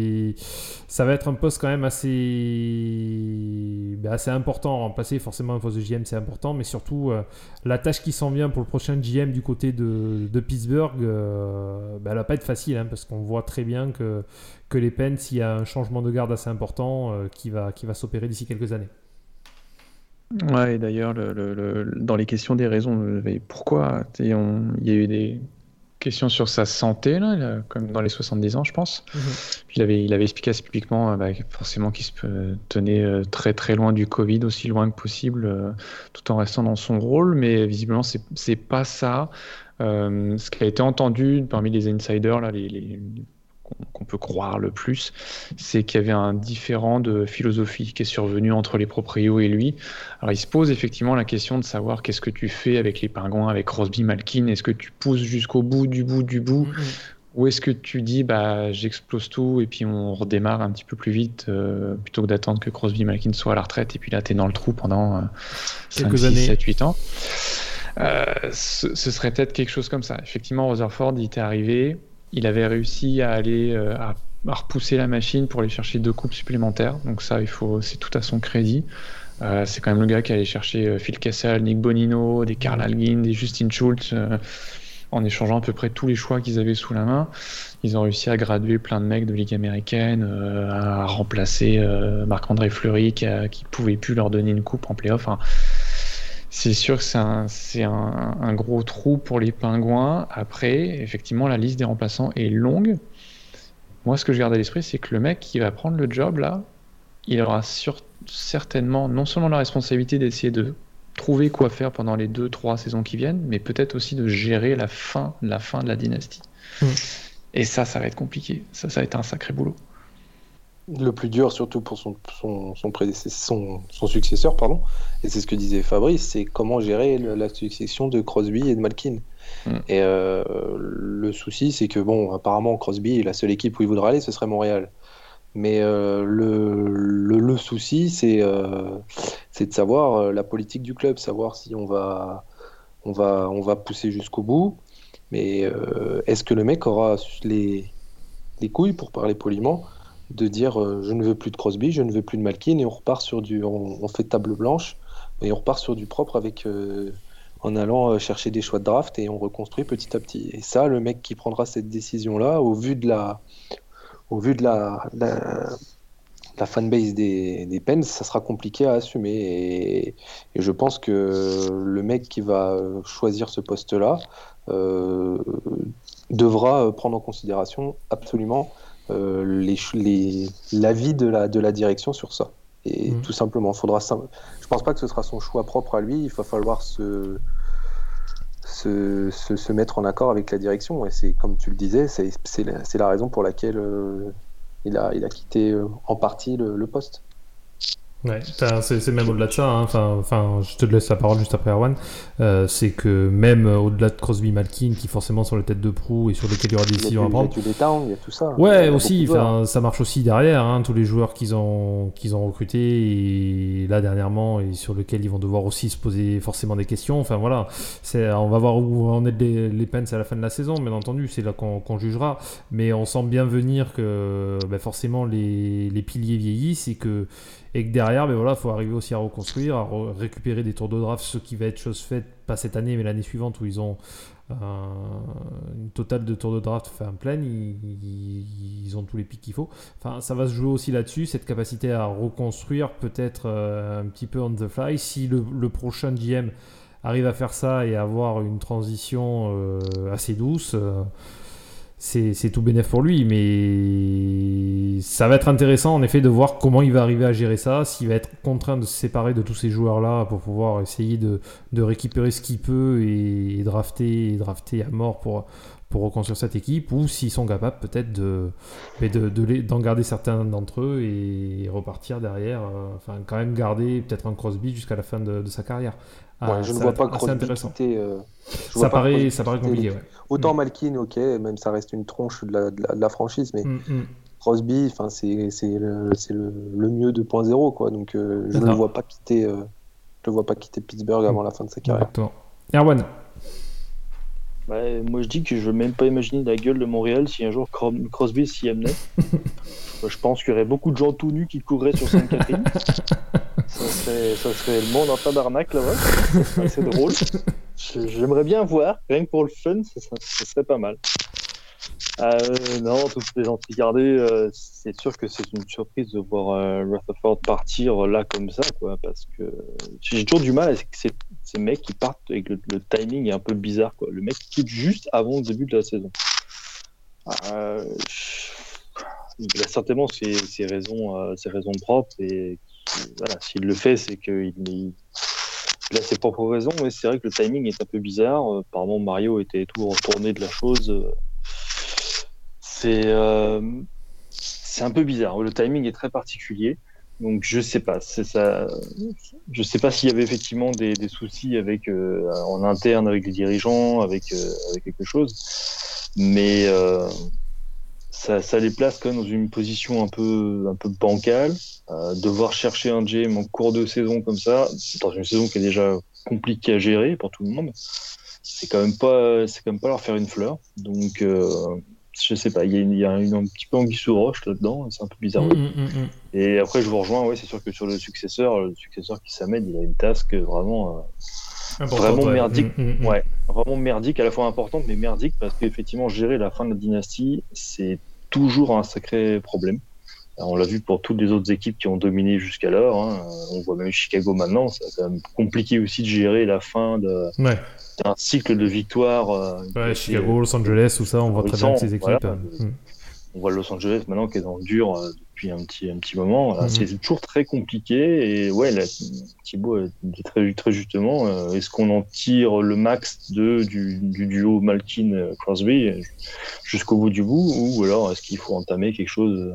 Ça va être un poste quand même assez important à remplacer. Forcément, un poste de GM, c'est important, mais surtout, la tâche qui s'en vient pour le prochain GM du côté de Pittsburgh, elle va pas être facile, parce qu'on voit très bien que les Pens, il y a un changement de garde assez important qui va s'opérer d'ici quelques années. Ouais, et d'ailleurs, dans les questions des raisons, pourquoi il y a eu des questions sur sa santé, là, comme dans les 70 ans, je pense. Puis il avait expliqué assez publiquement forcément qu'il se tenait très très loin du Covid, aussi loin que possible, tout en restant dans son rôle, mais visiblement, c'est pas ça. Ce qui a été entendu parmi les insiders, là, qu'on peut croire le plus, c'est qu'il y avait un différend de philosophie qui est survenu entre les proprios et lui. Alors il se pose effectivement la question de savoir qu'est-ce que tu fais avec les Pingouins, avec Crosby, Malkin. Est-ce que tu pousses jusqu'au bout du bout ou est-ce que tu dis j'explose tout et puis on redémarre un petit peu plus vite plutôt que d'attendre que Crosby, Malkin soient à la retraite et puis là t'es dans le trou pendant 5, 6, 7, 8 ans. Ce serait peut-être quelque chose comme ça. Effectivement, Rutherford, il était arrivé. Il avait réussi à aller à repousser la machine pour aller chercher 2 coupes supplémentaires. Donc ça, c'est tout à son crédit. C'est quand même le gars qui allait chercher Phil Kessel, Nick Bonino, des Karl Algin, des Justin Schultz, en échangeant à peu près tous les choix qu'ils avaient sous la main. Ils ont réussi à graduer plein de mecs de Ligue américaine, à remplacer Marc-André Fleury qui pouvait plus leur donner une coupe en play-off. C'est sûr que c'est un gros trou pour les Pingouins. Après, effectivement, la liste des remplaçants est longue. Moi, ce que je garde à l'esprit, c'est que le mec qui va prendre le job, là, il aura certainement non seulement la responsabilité d'essayer de trouver quoi faire pendant les 2-3 saisons qui viennent, mais peut-être aussi de gérer la fin de la dynastie. Et ça va être compliqué. Ça va être un sacré boulot. Le plus dur, surtout pour son successeur, pardon, et c'est ce que disait Fabrice, c'est comment gérer la succession de Crosby et de Malkin. Et le souci, c'est que apparemment Crosby, la seule équipe où il voudra aller, ce serait Montréal. Mais le souci, c'est de savoir la politique du club, savoir si on va pousser jusqu'au bout. Mais est-ce que le mec aura les couilles, pour parler poliment, de dire je ne veux plus de Crosby, je ne veux plus de Malkin, et on repart sur on fait table blanche et on repart sur du propre avec en allant chercher des choix de draft et on reconstruit petit à petit. Et ça, le mec qui prendra cette décision-là, au vu de la fanbase des Pens, ça sera compliqué à assumer. Et je pense que le mec qui va choisir ce poste-là devra prendre en considération absolument l'avis de la direction sur ça. Et tout simplement, je pense pas que ce sera son choix propre à lui, il va falloir se mettre en accord avec la direction. Et c'est, comme tu le disais, c'est la raison pour laquelle il a quitté en partie le poste. Ouais, c'est même au-delà de ça, hein. Enfin, je te laisse la parole juste après Erwan. C'est que même au-delà de Crosby, Malkin, qui forcément sont les têtes de proue et sur lesquels il y aura des décisions à prendre. Il y a du Letang, il y a tout ça. Ouais, aussi, ça marche aussi derrière, hein, tous les joueurs qu'ils ont recrutés et là dernièrement et sur lesquels ils vont devoir aussi se poser forcément des questions. Enfin voilà, on va voir où en est les Pens à la fin de la saison, bien entendu, c'est là qu'on jugera. Mais on sent bien venir que forcément les piliers vieillissent et que derrière, il faut arriver aussi à reconstruire, à récupérer des tours de draft, ce qui va être chose faite, pas cette année, mais l'année suivante, où ils ont une totale de tours de draft pleine, ils ont tous les pics qu'il faut. Enfin, ça va se jouer aussi là-dessus, cette capacité à reconstruire, peut-être un petit peu on the fly. Si le prochain GM arrive à faire ça et à avoir une transition assez douce... c'est tout bénef pour lui, mais ça va être intéressant en effet de voir comment il va arriver à gérer ça, s'il va être contraint de se séparer de tous ces joueurs-là pour pouvoir essayer de récupérer ce qu'il peut et drafter à mort pour reconstruire cette équipe, ou s'ils sont capables peut-être d'en garder certains d'entre eux et repartir derrière, quand même garder peut-être un Crosby jusqu'à la fin de sa carrière. Je ne vois pas Crosby quitter. Ça paraît compliqué. Ouais. Autant Malkin, ok, même ça reste une tronche de la franchise, mais Crosby, c'est le mieux 2.0, quoi. Donc je ne le vois pas quitter. Je le vois pas quitter Pittsburgh avant la fin de sa carrière. Exactement. Erwan. Moi je dis que je veux même pas imaginer la gueule de Montréal si un jour Crosby s'y amenait. Je pense qu'il y aurait beaucoup de gens tout nus qui courraient sur Sainte-Catherine. ça serait le monde en tabarnak là-bas. C'est drôle. J'aimerais bien voir, rien que pour le fun, ça serait pas mal. Non, toutes les gens regardez, c'est sûr que c'est une surprise de voir Rutherford partir là comme ça, quoi, parce que j'ai toujours du mal avec ces mecs qui partent avec le timing est un peu bizarre, quoi. Le mec quitte juste avant le début de la saison. Il a certainement ses raisons propres et voilà, s'il le fait, c'est qu'il a ses propres raisons, mais c'est vrai que le timing est un peu bizarre. Apparemment, Mario était tout retourné de la chose. C'est un peu bizarre. Le timing est très particulier. Donc, je sais pas. C'est ça. Je sais pas s'il y avait effectivement des soucis en interne avec les dirigeants, avec quelque chose. Mais ça les place quand même dans une position un peu bancale. Devoir chercher un GM en cours de saison comme ça, dans une saison qui est déjà compliquée à gérer pour tout le monde, c'est quand même pas leur faire une fleur. Donc je sais pas, il y a un petit peu anguille sous roche là-dedans, c'est un peu bizarre. Et après je vous rejoins, c'est sûr que sur le successeur qui s'amène, il a une task vraiment merdique. Vraiment merdique, à la fois importante mais merdique, parce qu'effectivement gérer la fin de la dynastie, c'est toujours un sacré problème. On l'a vu pour toutes les autres équipes qui ont dominé jusqu'alors. Hein. On voit même Chicago maintenant. C'est quand même compliqué aussi de gérer la fin d'un cycle de victoires. Chicago, Los Angeles, tout ça, on voit très bien ces équipes. Voilà. On voit Los Angeles maintenant qui est dans le dur depuis un petit moment. Voilà. C'est toujours très compliqué. Et là, Thibaut dit très, très justement, est-ce qu'on en tire le max du duo Malkin-Crosby jusqu'au bout du bout, ou alors est-ce qu'il faut entamer quelque chose,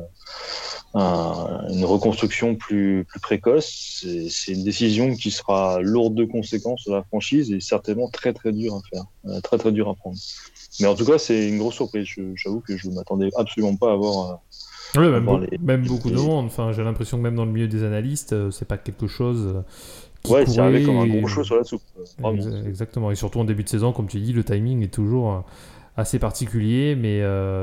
une reconstruction plus précoce? C'est une décision qui sera lourde de conséquences sur la franchise et certainement très très dure à faire, très très dur à prendre. Mais en tout cas, c'est une grosse surprise. J'avoue que je ne m'attendais absolument pas à voir. Même beaucoup de monde. Enfin, j'ai l'impression que même dans le milieu des analystes, c'est pas quelque chose qui c'est arrivé comme un gros cheveu sur la soupe. Exactement. Et surtout en début de saison, comme tu dis, le timing est toujours assez particulier, mais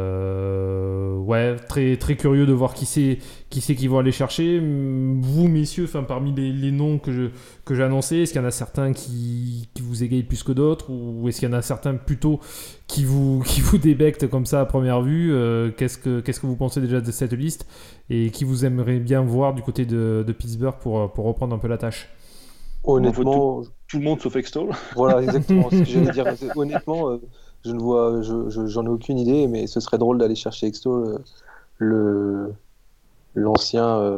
très très curieux de voir qui c'est qui vont aller chercher. Vous, messieurs, parmi les noms que j'ai annoncés, est-ce qu'il y en a certains qui vous égayent plus que d'autres, ou est-ce qu'il y en a certains plutôt qui vous débectent comme ça à première vue? Qu'est-ce que vous pensez déjà de cette liste, et qui vous aimeriez bien voir du côté de Pittsburgh pour reprendre un peu la tâche? Honnêtement, tout le monde sauf Extol. Voilà, exactement ce que j'allais dire. Honnêtement, j'en ai aucune idée, mais ce serait drôle d'aller chercher Extol, l'ancien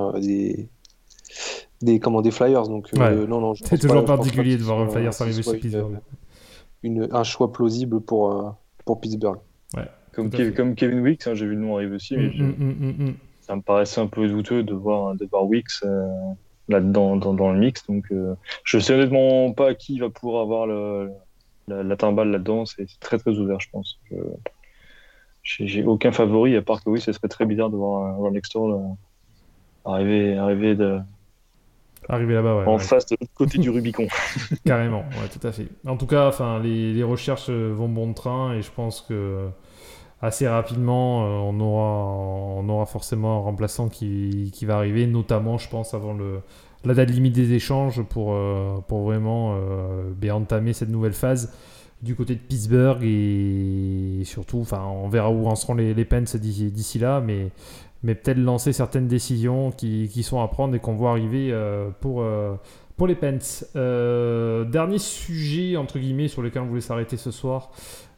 des Flyers. Donc non, c'est toujours particulier de voir un Flyers arriver sur Pittsburgh. Un choix plausible pour Pittsburgh. Ouais. Comme Kevin Weeks, j'ai vu le nom arriver aussi. ça me paraissait un peu douteux de voir Weeks là-dedans dans le mix. Donc, je sais honnêtement pas qui va pouvoir avoir la timbale là-dedans. C'est très très ouvert, je pense. J'ai aucun favori, à part que oui, ce serait très bizarre de voir Ron Extall arriver Arrivé là-bas, ouais. en face de l'autre côté du Rubicon. Carrément, ouais, tout à fait. En tout cas, les recherches vont bon train et je pense que assez rapidement, on aura forcément un remplaçant qui va arriver, notamment, je pense, avant la date limite des échanges pour vraiment entamer cette nouvelle phase du côté de Pittsburgh et surtout, on verra où en seront les Pens d'ici là, mais peut-être lancer certaines décisions qui sont à prendre et qu'on voit arriver pour les Pens. Dernier sujet, entre guillemets, sur lequel on voulait s'arrêter ce soir.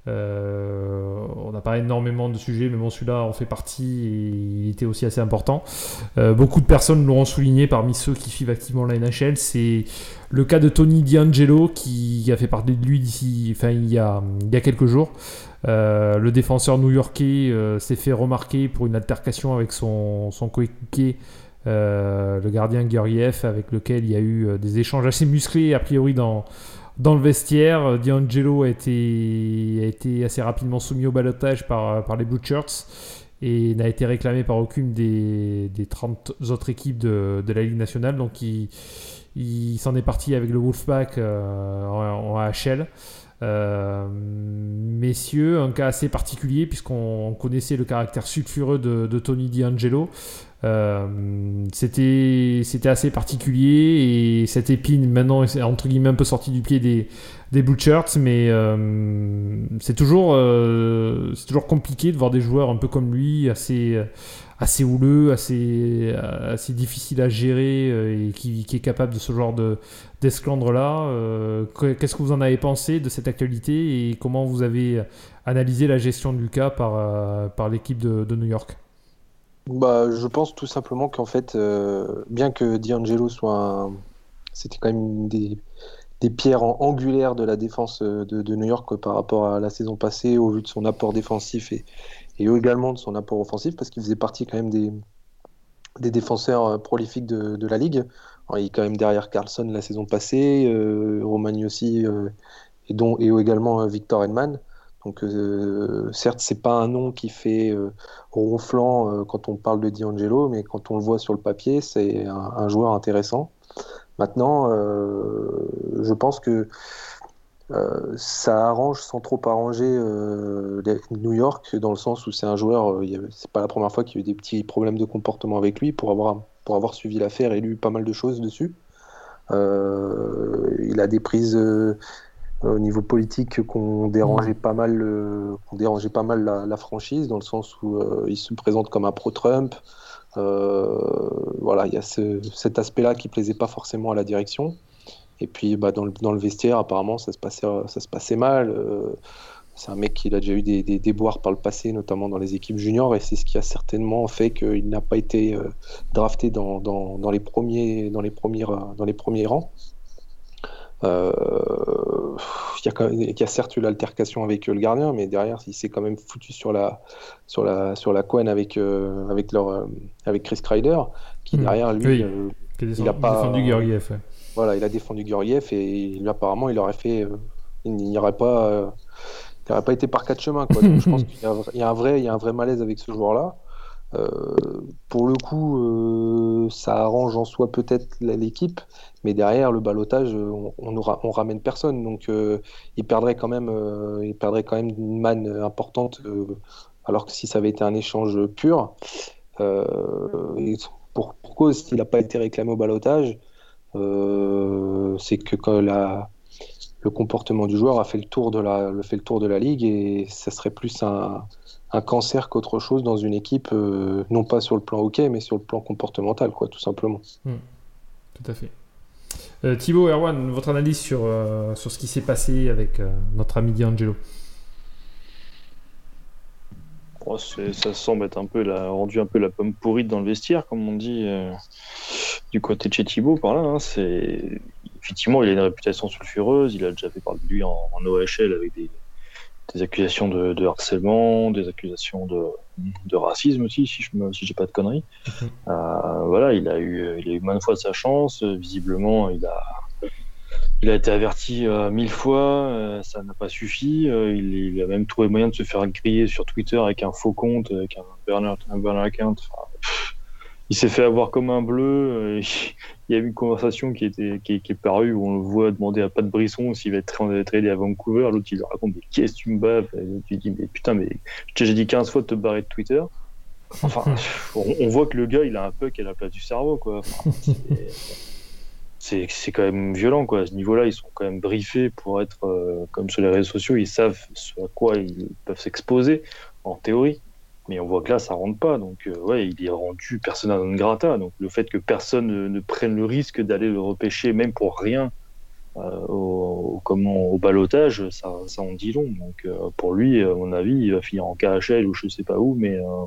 On n'a pas énormément de sujets, mais bon, celui-là en fait partie et il était aussi assez important. Beaucoup de personnes l'auront souligné parmi ceux qui suivent activement la NHL. C'est le cas de Tony DeAngelo qui a fait parler de lui il y a quelques jours. Le défenseur new-yorkais s'est fait remarquer pour une altercation avec son coéquipier, le gardien Georgiev, avec lequel il y a eu des échanges assez musclés a priori dans le vestiaire. DeAngelo a été assez rapidement soumis au ballottage par les Blue Shirts et n'a été réclamé par aucune des 30 autres équipes de la Ligue nationale. Donc il s'en est parti avec le Wolfpack en AHL. Messieurs, un cas assez particulier puisqu'on connaissait le caractère sulfureux de Tony DeAngelo. C'était assez particulier et cette épine maintenant est entre guillemets un peu sortie du pied des Blue Shirts, mais c'est toujours compliqué de voir des joueurs un peu comme lui, assez houleux, assez difficile à gérer et qui est capable de ce genre d'esclandre-là. Qu'est-ce que vous en avez pensé de cette actualité et comment vous avez analysé la gestion du cas par l'équipe de New York? Je pense tout simplement qu'en fait, bien que DeAngelo c'était quand même des pierres angulaires de la défense de New York par rapport à la saison passée, au vu de son apport défensif et également de son apport offensif, parce qu'il faisait partie quand même des défenseurs prolifiques de la Ligue. Alors, il est quand même derrière Carlson la saison passée, Romagnosi et également Victor Hedman. Donc certes, c'est pas un nom qui fait ronflant quand on parle de DeAngelo, mais quand on le voit sur le papier, c'est un joueur intéressant. Maintenant, je pense que ça arrange sans trop arranger New York, dans le sens où c'est un joueur, c'est pas la première fois qu'il y a eu des petits problèmes de comportement avec lui, pour avoir suivi l'affaire et lu pas mal de choses dessus. Il a des prises au niveau politique qu'on dérangeait pas mal la franchise, dans le sens où il se présente comme un pro-Trump. Voilà, il y a cet aspect-là qui plaisait pas forcément à la direction. Et puis dans le vestiaire, apparemment, ça se passait mal. C'est un mec qui a déjà eu des déboires par le passé, notamment dans les équipes juniors, et c'est ce qui a certainement fait qu'il n'a pas été drafté dans les premiers rangs. Il y a certes eu l'altercation avec le gardien, mais derrière il s'est quand même foutu sur la couenne avec Chris Kreider, qui derrière lui il a défendu Georgiev. Ouais. Voilà, il a défendu Georgiev et lui, apparemment il aurait fait il n'y aurait pas été par quatre chemins, quoi. Donc je pense qu'il y a un vrai malaise avec ce joueur-là. Pour le coup, ça arrange en soi peut-être l'équipe, mais derrière le ballottage, on ramène personne, donc il perdrait quand même une manne importante, alors que si ça avait été un échange pur, et pour cause s'il n'a pas été réclamé au ballottage, c'est que quand le comportement du joueur a fait le tour de la ligue, et ça serait plus un cancer qu'autre chose dans une équipe, non pas sur le plan hockey, mais sur le plan comportemental, quoi, tout simplement. Tout à fait. Thibaut, Erwan, votre analyse sur ce qui s'est passé avec notre ami DeAngelo? Ça semble être rendu un peu la pomme pourrite dans le vestiaire, comme on dit du côté de chez Thibaut par là. Effectivement, il a une réputation sulfureuse, il a déjà fait parler de lui en OHL avec des accusations de harcèlement, des accusations de racisme aussi, si j'ai pas de conneries. Voilà, il a eu maintes fois sa chance. Visiblement, il a été averti 1000 fois, ça n'a pas suffi. Il a même trouvé moyen de se faire griller sur Twitter avec un faux compte, avec un burner account. Enfin, il s'est fait avoir comme un bleu. Il y a eu une conversation qui est parue où on le voit demander à Pat Brisson s'il va être tradé à Vancouver. L'autre, il lui raconte, mais qu'est-ce que tu me baves? Et l'autre, il dit, mais putain, mais j'ai dit 15 fois de te barrer de Twitter. Enfin, on voit que le gars, il a un puck à la place du cerveau, quoi. Enfin, c'est quand même violent, quoi. À ce niveau-là, ils sont quand même briefés pour être comme sur les réseaux sociaux. Ils savent ce à quoi ils peuvent s'exposer, en théorie. Mais on voit que là, ça rentre pas. Donc, ouais, il est rendu persona non grata. Donc, le fait que personne ne prenne le risque d'aller le repêcher, même pour rien, au ballottage, ça en dit long. Donc, pour lui, à mon avis, il va finir en KHL ou je sais pas où,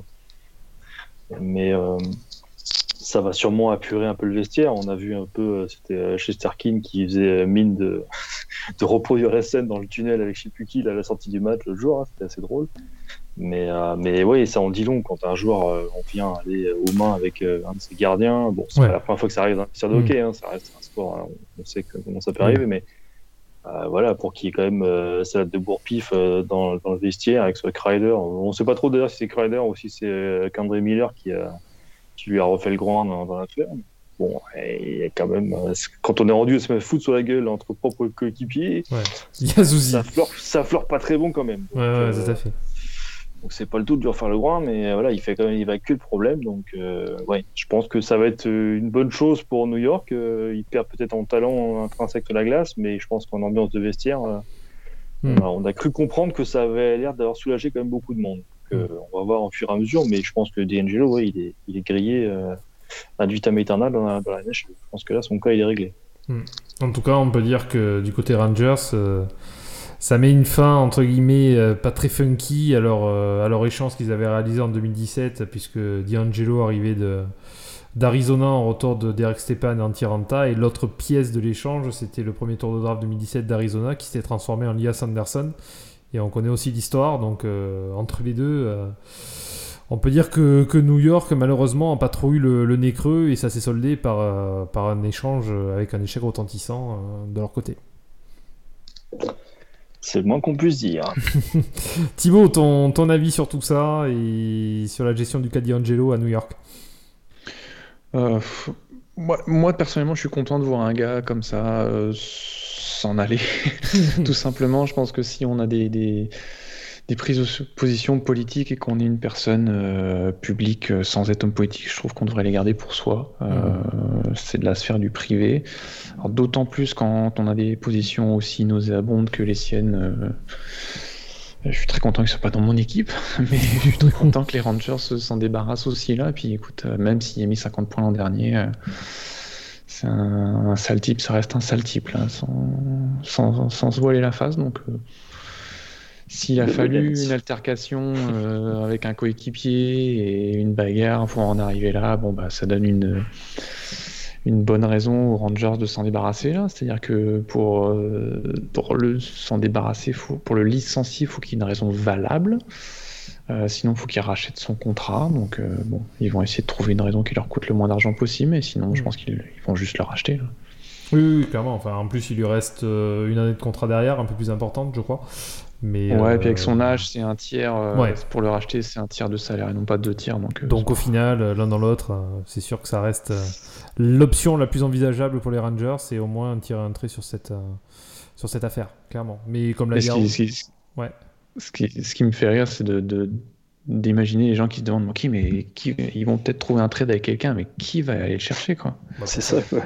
mais ça va sûrement apurer un peu le vestiaire. On a vu un peu, c'était Shesterkin qui faisait mine de reproduire la scène dans le tunnel avec je sais plus qui à la sortie du match l'autre jour. Hein, c'était assez drôle. Mais ouais, ça en dit long quand un joueur on vient aller aux mains avec un de ses gardiens. Bon, c'est pas la première fois que ça arrive dans le tir de hockey, hein, ça reste un sport, hein, on sait comment ça peut arriver, mais voilà, pour qu'il y ait quand même salade de bourre-pif dans le vestiaire avec ce Kreider. On sait pas trop d'ailleurs si c'est Kreider ou si c'est K'Andre Miller qui lui a refait le groin dans l'affaire. Bon, il y a quand même, quand on est rendu à se mettre foutre sur la gueule entre propres coéquipiers, ça fleure pas très bon quand même. Donc, ouais, tout à fait. Donc c'est pas le tout de lui refaire le groin, mais voilà, il fait quand même évacuer le problème. Donc ouais, je pense que ça va être une bonne chose pour New York. Il perd peut-être en talent intrinsèque de la glace, mais je pense qu'en ambiance de vestiaire, on a cru comprendre que ça avait l'air d'avoir soulagé quand même beaucoup de monde. Donc, on va voir au fur et à mesure, mais je pense que DeAngelo, ouais, il est grillé ad vitam aeternam dans la NHL. Je pense que là, son cas, il est réglé. En tout cas, on peut dire que du côté Rangers, ça met une fin, entre guillemets, pas très funky à leur échange qu'ils avaient réalisé en 2017, puisque DeAngelo arrivait d'Arizona en retour de Derek Stepan et Antti Raanta, et l'autre pièce de l'échange, c'était le premier tour de draft 2017 d'Arizona qui s'était transformé en Lias Andersson, et on connaît aussi l'histoire, donc entre les deux, on peut dire que New York, malheureusement, n'a pas trop eu le nez creux, et ça s'est soldé par un échange avec un échec retentissant de leur côté. C'est le moins qu'on puisse dire. Thibaut, ton avis sur tout ça et sur la gestion du cas DeAngelo à New York? Moi, personnellement, je suis content de voir un gars comme ça s'en aller. Tout simplement, je pense que si on a des prises de position politiques et qu'on est une personne publique sans être homme politique, je trouve qu'on devrait les garder pour soi. C'est de la sphère du privé. Alors, d'autant plus quand on a des positions aussi nauséabondes que les siennes. Je suis très content qu'ils ne soient pas dans mon équipe, mais je suis très content que les Rangers s'en débarrassent aussi là. Et puis écoute, même s'il a mis 50 points l'an dernier, c'est un sale type, ça reste un sale type là, sans se voiler la face. Donc s'il a fallu une altercation avec un coéquipier et une bagarre pour en arriver là, bon bah ça donne une bonne raison aux Rangers de s'en débarrasser là. C'est-à-dire que pour s'en débarrasser, pour le licencier, il faut qu'il y ait une raison valable. Sinon, il faut qu'il rachète son contrat. Donc bon, ils vont essayer de trouver une raison qui leur coûte le moins d'argent possible. Et sinon, je pense qu'ils vont juste le racheter là. Oui, clairement. Enfin, en plus, il lui reste une année de contrat derrière, un peu plus importante, je crois. Mais, ouais, et puis avec son âge, c'est un tiers. Pour le racheter, c'est un tiers de salaire et non pas 2 tiers. Donc au final, l'un dans l'autre, c'est sûr que ça reste l'option la plus envisageable pour les Rangers, c'est au moins tirer un trait sur cette affaire, clairement. Mais comme l'a dit ce qui me fait rire, c'est d'imaginer les gens qui se demandent mais ils vont peut-être trouver un trade avec quelqu'un, mais qui va aller le chercher quoi. C'est ça quoi.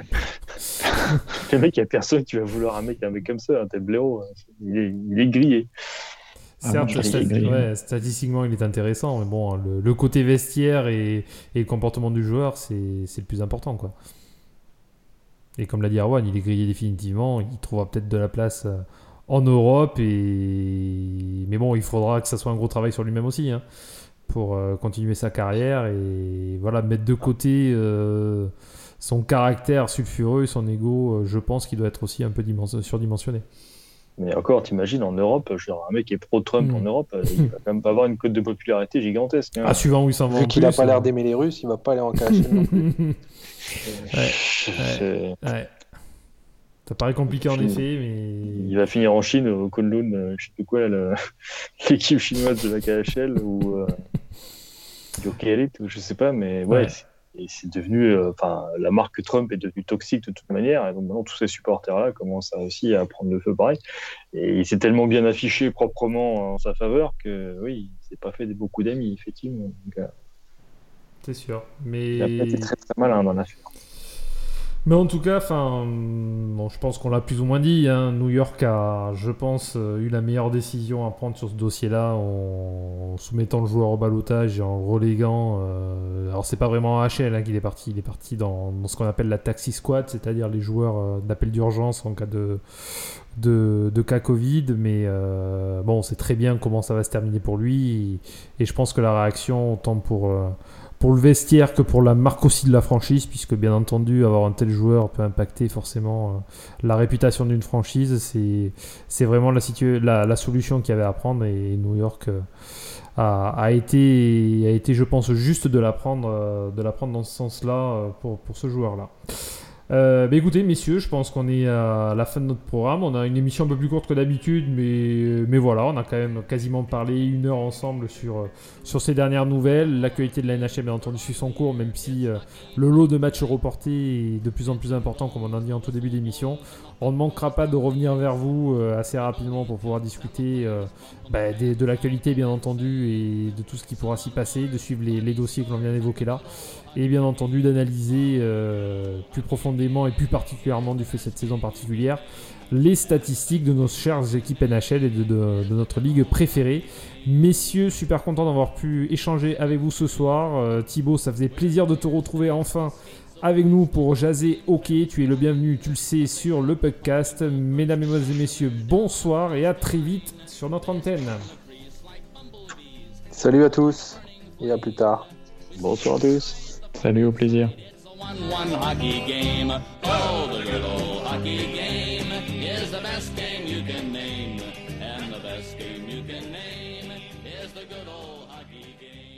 Le mec, il n'y a personne qui va vouloir un mec comme ça, un tel blaireau, il est grillé. Certes, statistiquement il est intéressant, mais bon, le côté vestiaire et le comportement du joueur, c'est le plus important quoi. Et comme l'a dit Erwan, il est grillé définitivement, il trouvera peut-être de la place en Europe, mais bon, il faudra que ça soit un gros travail sur lui-même aussi, hein, pour continuer sa carrière et voilà, mettre de côté son caractère sulfureux, son ego, je pense qu'il doit être aussi un peu surdimensionné. Mais encore, t'imagines, en Europe, genre, un mec qui est pro-Trump en Europe, il va quand même pas avoir une cote de popularité gigantesque. Hein. Ah, suivant où il s'en va. Vu qu'il a pas l'air d'aimer les Russes, il va pas aller en KHL non plus. Ouais. Ça paraît compliqué en effet, mais... Il va finir en Chine, au Kowloon, je sais plus quoi, l'équipe chinoise de la KHL, ou Hockey Elite, ou je sais pas, mais ouais. C'est devenu, la marque Trump est devenue toxique de toute manière, et donc maintenant tous ces supporters-là commencent aussi à prendre le feu pareil. Et il s'est tellement bien affiché proprement en sa faveur que oui, il s'est pas fait beaucoup d'amis, effectivement. Donc, c'est sûr, mais... Il a pas été très très malin dans l'affaire. Mais en tout cas, je pense qu'on l'a plus ou moins dit. Hein, New York a, je pense, eu la meilleure décision à prendre sur ce dossier-là en soumettant le joueur au ballottage et en le reléguant. Alors, c'est pas vraiment AHL qu'il est parti. Il est parti dans ce qu'on appelle la taxi squad, c'est-à-dire les joueurs d'appel d'urgence en cas de cas Covid. Mais on sait très bien comment ça va se terminer pour lui. Et je pense que la réaction, autant pour le vestiaire que pour la marque aussi de la franchise, puisque bien entendu avoir un tel joueur peut impacter forcément la réputation d'une franchise, c'est vraiment la solution qu'il y avait à prendre, et New York a été je pense juste de la prendre dans ce sens-là pour ce joueur-là. Écoutez messieurs, je pense qu'on est à la fin de notre programme. On a une émission un peu plus courte que d'habitude, mais voilà, on a quand même quasiment parlé 1 heure ensemble sur ces dernières nouvelles. L'actualité de la NHL bien entendu suit son cours, même si le lot de matchs reportés est de plus en plus important, comme on a dit en tout début d'émission. On ne manquera pas de revenir vers vous assez rapidement pour pouvoir discuter de l'actualité bien entendu, et de tout ce qui pourra s'y passer, de suivre les dossiers que l'on vient d'évoquer là, et bien entendu d'analyser plus profondément et plus particulièrement du fait de cette saison particulière les statistiques de nos chères équipes NHL et de notre ligue préférée. Messieurs, super content d'avoir pu échanger avec vous ce soir. Thibaut, ça faisait plaisir de te retrouver enfin avec nous pour jaser hockey. Tu es le bienvenu, tu le sais, sur le podcast. Mesdames, Mesdemoiselles et Messieurs, bonsoir et à très vite sur notre antenne. Salut à tous et à plus tard. Bonsoir à tous. Salut, au plaisir. One hockey game. Oh, the good old hockey game is the best game you can name. And the best game you can name is the good old hockey game.